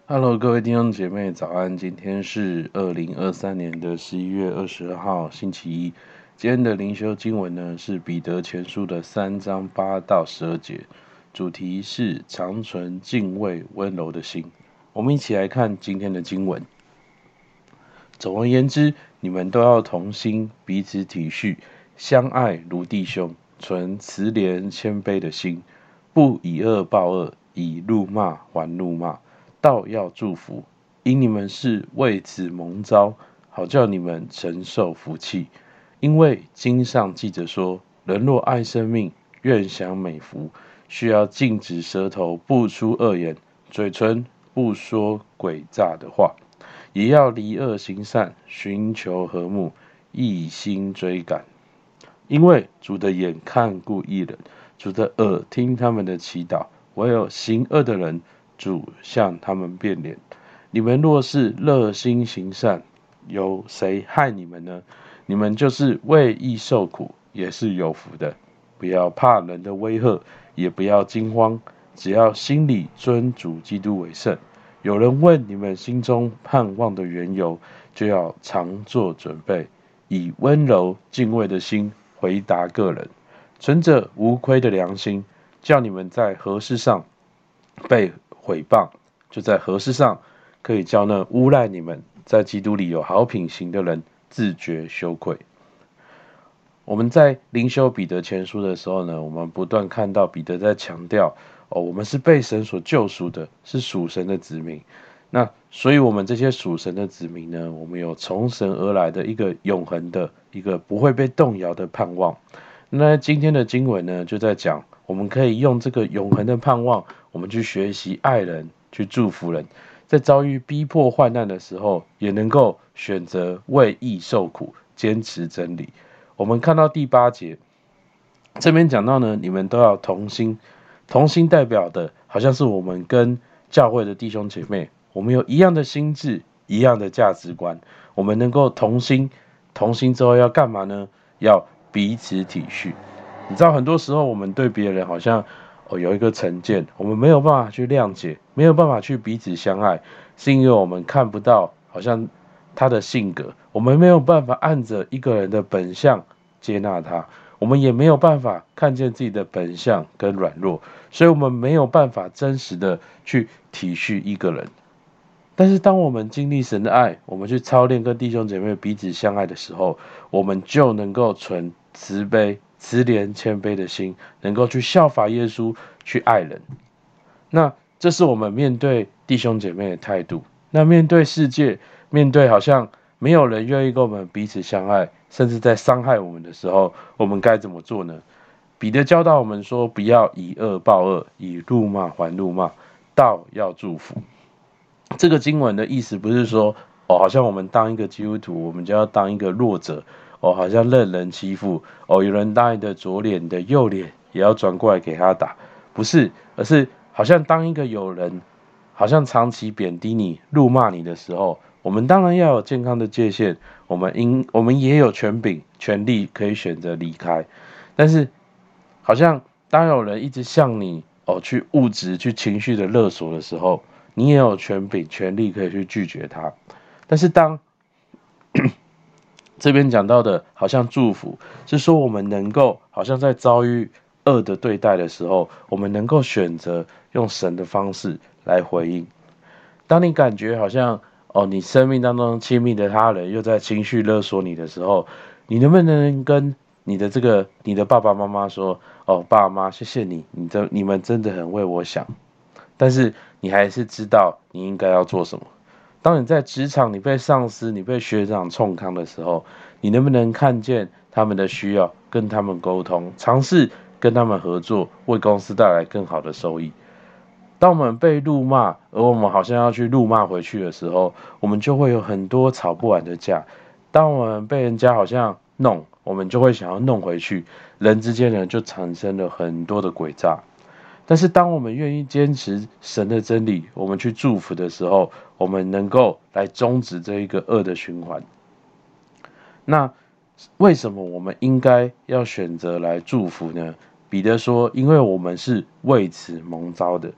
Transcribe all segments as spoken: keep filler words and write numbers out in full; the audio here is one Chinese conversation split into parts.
Hello，各位弟兄姐妹，早安！今天是二零二三年的十一月二十二号，星期一。今天的灵修经文呢是彼得前书的三章八到十二节，主题是长存敬畏温柔的心。我们一起来看今天的经文。总而言之，你们都要同心，彼此体恤，相爱如弟兄，存慈怜谦卑的心，不以恶报恶，以怒骂还怒骂。倒要祝福，因你们是为此蒙召，好叫你们承受福气。因为经上记着说，人若爱生命，愿享美福，需要禁止舌头不出恶言，嘴唇不说诡诈的话，也要离恶行善，寻求和睦，一心追赶。因为主的眼看顾义人，主的耳听他们的祈祷，唯有行恶的人，主向他们变脸。你们若是热心行善，有谁害你们呢？你们就是为义受苦，也是有福的。不要怕人的威吓，也不要惊慌，只要心里尊主基督为圣。有人问你们心中盼望的缘由，就要常作准备，以温柔敬畏的心回答个人，存着无亏的良心，叫你们在何事上被毁谤，就在何事上可以叫那诬赖你们在基督里有好品行的人自觉羞愧。我们在灵修彼得前书的时候呢，我们不断看到彼得在强调哦，我们是被神所救赎的，是属神的子民。那所以我们这些属神的子民呢，我们有从神而来的一个永恒的一个不会被动摇的盼望。那今天的经文呢，就在讲我们可以用这个永恒的盼望，我们去学习爱人，去祝福人，在遭遇逼迫患难的时候，也能够选择为义受苦，坚持真理。我们看到第八节，这边讲到呢，你们都要同心。同心代表的好像是我们跟教会的弟兄姐妹，我们有一样的心智，一样的价值观，我们能够同心。同心之后要干嘛呢？要彼此体恤。你知道很多时候我们对别人好像哦有一个成见，我们没有办法去谅解，没有办法去彼此相爱，是因为我们看不到好像他的性格，我们没有办法按着一个人的本相接纳他，我们也没有办法看见自己的本相跟软弱，所以我们没有办法真实的去体恤一个人。但是当我们经历神的爱，我们去操练跟弟兄姐妹彼此相爱的时候，我们就能够存慈悲、慈怜、谦卑的心，能够去效法耶稣，去爱人。那这是我们面对弟兄姐妹的态度。那面对世界，面对好像没有人愿意跟我们彼此相爱，甚至在伤害我们的时候，我们该怎么做呢？彼得教导我们说，不要以恶报恶，以怒骂还怒骂，倒要祝福。这个经文的意思不是说哦，好像我们当一个基督徒，我们就要当一个弱者哦，好像任人欺负哦，有人打你的左脸，你的右脸也要转过来给他打，不是，而是好像当一个有人好像长期贬低你、辱骂你的时候，我们当然要有健康的界限，我们应我们也有权柄、权利可以选择离开，但是好像当有人一直向你哦去物质、去情绪的勒索的时候，你也有权柄、权利可以去拒绝他。但是当这边讲到的，好像祝福，是说我们能够好像在遭遇恶的对待的时候，我们能够选择用神的方式来回应。当你感觉好像哦，你生命当中亲密的他人又在情绪勒索你的时候，你能不能跟你的这个你的爸爸妈妈说，哦，爸妈，谢谢你，你这你们真的很为我想。但是你还是知道你应该要做什么。当你在职场，你被上司、你被学长冲康的时候，你能不能看见他们的需要，跟他们沟通，尝试跟他们合作，为公司带来更好的收益？当我们被辱骂，而我们好像要去辱骂回去的时候，我们就会有很多吵不完的架。当我们被人家好像弄，我们就会想要弄回去，人之间呢就产生了很多的诡诈。但是当我们愿意坚持神的真理，我们去祝福的时候，我们能够来终止这一个恶的循环。那为什么我们应该要选择来祝福呢？彼得说，因为我们是为此蒙召的。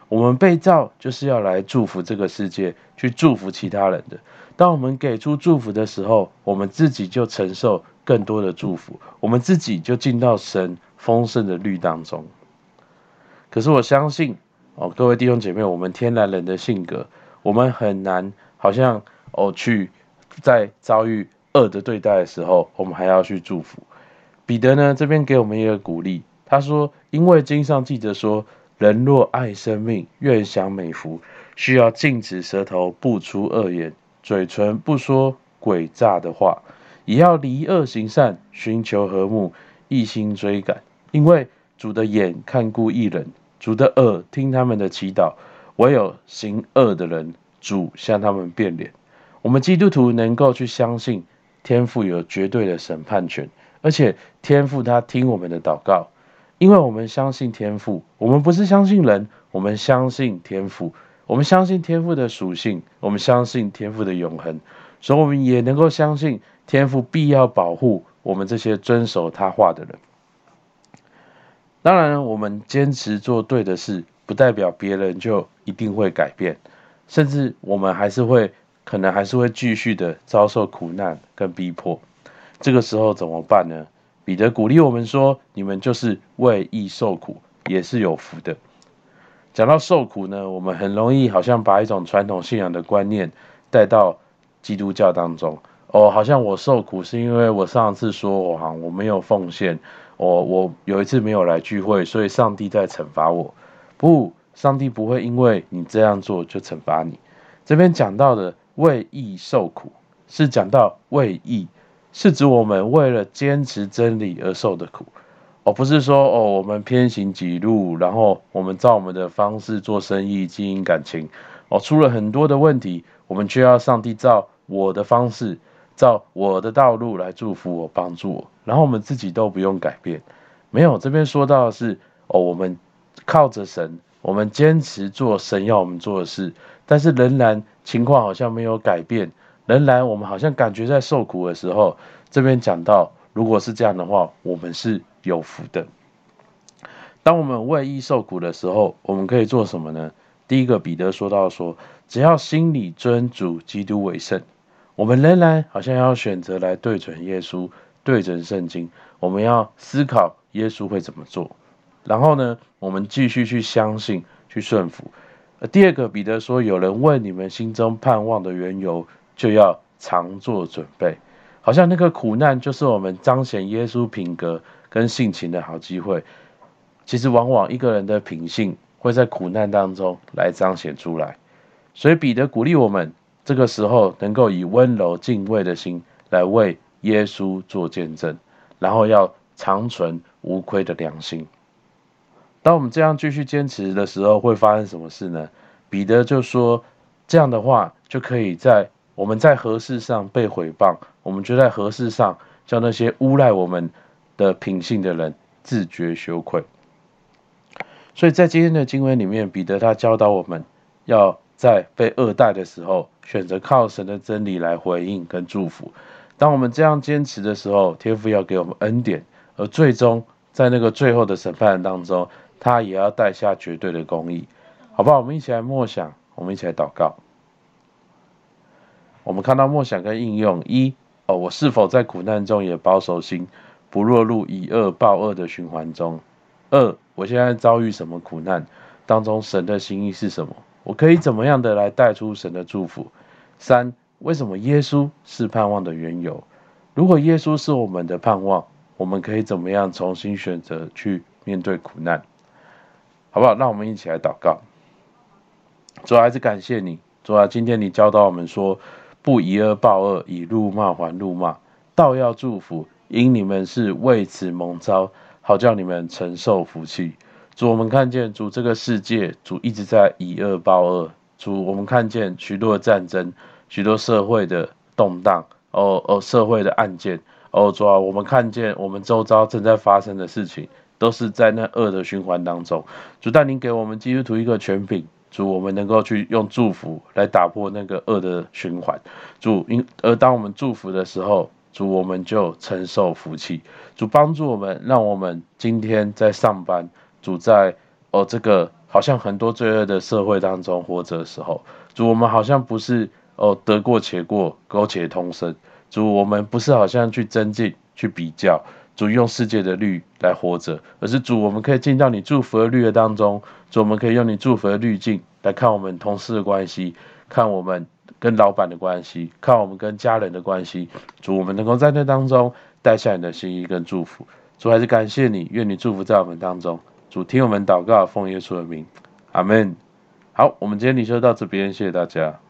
我们被造就是要来祝福这个世界，去祝福其他人的。当我们给出祝福的时候，我们自己就承受更多的祝福，我们自己就进到神丰盛的律当中。可是我相信哦，各位弟兄姐妹，我们天然人的性格，我们很难好像哦去在遭遇恶的对待的时候，我们还要去祝福。彼得呢这边给我们一个鼓励，他说：因为经上记着说，人若爱生命，愿享美福，需要禁止舌头不出恶言，嘴唇不说诡诈的话，也要离恶行善，寻求和睦，一心追赶。因为主的眼看顾义人，主的耳听他们的祈祷，唯有行恶的人，主向他们变脸。我们基督徒能够去相信天父有绝对的审判权，而且天父他听我们的祷告，因为我们相信天父，我们不是相信人，我们相信天父，我们相信天父的属性，我们相信天父的永恒，所以我们也能够相信天父必要保护我们这些遵守他话的人。当然，我们坚持做对的事，不代表别人就一定会改变，甚至我们还是会，可能还是会继续的遭受苦难跟逼迫。这个时候怎么办呢？彼得鼓励我们说：你们就是为义受苦，也是有福的。讲到受苦呢，我们很容易好像把一种传统信仰的观念带到基督教当中。哦，好像我受苦是因为我上次说我好像我没有奉献，我我有一次没有来聚会，所以上帝在惩罚我。不，上帝不会因为你这样做就惩罚你。这边讲到的为义受苦，是讲到为义，是指我们为了坚持真理而受的苦。哦，不是说哦我们偏行己路，然后我们照我们的方式做生意经营感情，哦出了很多的问题，我们却要上帝照我的方式，照我的道路来祝福我帮助我，然后我们自己都不用改变。没有，这边说到的是哦我们靠着神，我们坚持做神要我们做的事，但是仍然情况好像没有改变，仍然我们好像感觉在受苦的时候，这边讲到如果是这样的话，我们是有福的。当我们为义受苦的时候，我们可以做什么呢？第一个，彼得说到说，只要心里尊主基督为圣，我们仍然好像要选择来对准耶稣，对准圣经，我们要思考耶稣会怎么做，然后呢，我们继续去相信，去顺服。第二个，彼得说，有人问你们心中盼望的缘由，就要常做准备。好像那个苦难就是我们彰显耶稣品格跟性情的好机会。其实往往一个人的品性会在苦难当中来彰显出来，所以彼得鼓励我们这个时候能够以温柔敬畏的心来为耶稣做见证，然后要长存无亏的良心。当我们这样继续坚持的时候，会发生什么事呢？彼得就说，这样的话就可以在我们在何事上被毁谤，我们就在何事上叫那些诬赖我们的品性的人自觉羞愧。所以在今天的经文里面，彼得他教导我们要在被恶待的时候，选择靠神的真理来回应跟祝福。当我们这样坚持的时候，天父要给我们恩典，而最终在那个最后的审判当中，他也要带下绝对的公义。好不好？我们一起来默想，我们一起来祷告。我们看到默想跟应用：一、哦，我是否在苦难中也保守心，不落入以恶报恶的循环中？二、我现在遭遇什么苦难？当中神的心意是什么？我可以怎么样的来带出神的祝福？三、为什么耶稣是盼望的缘由？如果耶稣是我们的盼望，我们可以怎么样重新选择去面对苦难？好不好？让我们一起来祷告。主啊，还是感谢你，主啊，今天你教导我们说，不以恶报恶，以辱骂还辱骂，倒要祝福，因你们是为此蒙召，好叫你们承受福气。主，我们看见主这个世界，主一直在以恶报恶。主，我们看见许多的战争，许多社会的动荡，哦哦，社会的案件，哦主啊，我们看见我们周遭正在发生的事情，都是在那恶的循环当中。主，但您给我们基督徒一个权柄，主，我们能够去用祝福来打破那个恶的循环。主，因而当我们祝福的时候，主，我们就承受福气。主，帮助我们，让我们今天在上班，主在哦这个好像很多罪恶的社会当中活着的时候，主，我们好像不是哦得过且过，苟且通生。主，我们不是好像去增进、去比较，主用世界的律来活着，而是主，我们可以进到你祝福的律的当中。主，我们可以用你祝福的滤镜来看我们同事的关系，看我们跟老板的关系，看我们跟家人的关系。主，我们能够在那当中带下你的心意跟祝福。主，还是感谢你，愿你祝福在我们当中。主，听我们祷告，奉耶稣的名，阿门。好，我们今天领袖到这边，谢谢大家。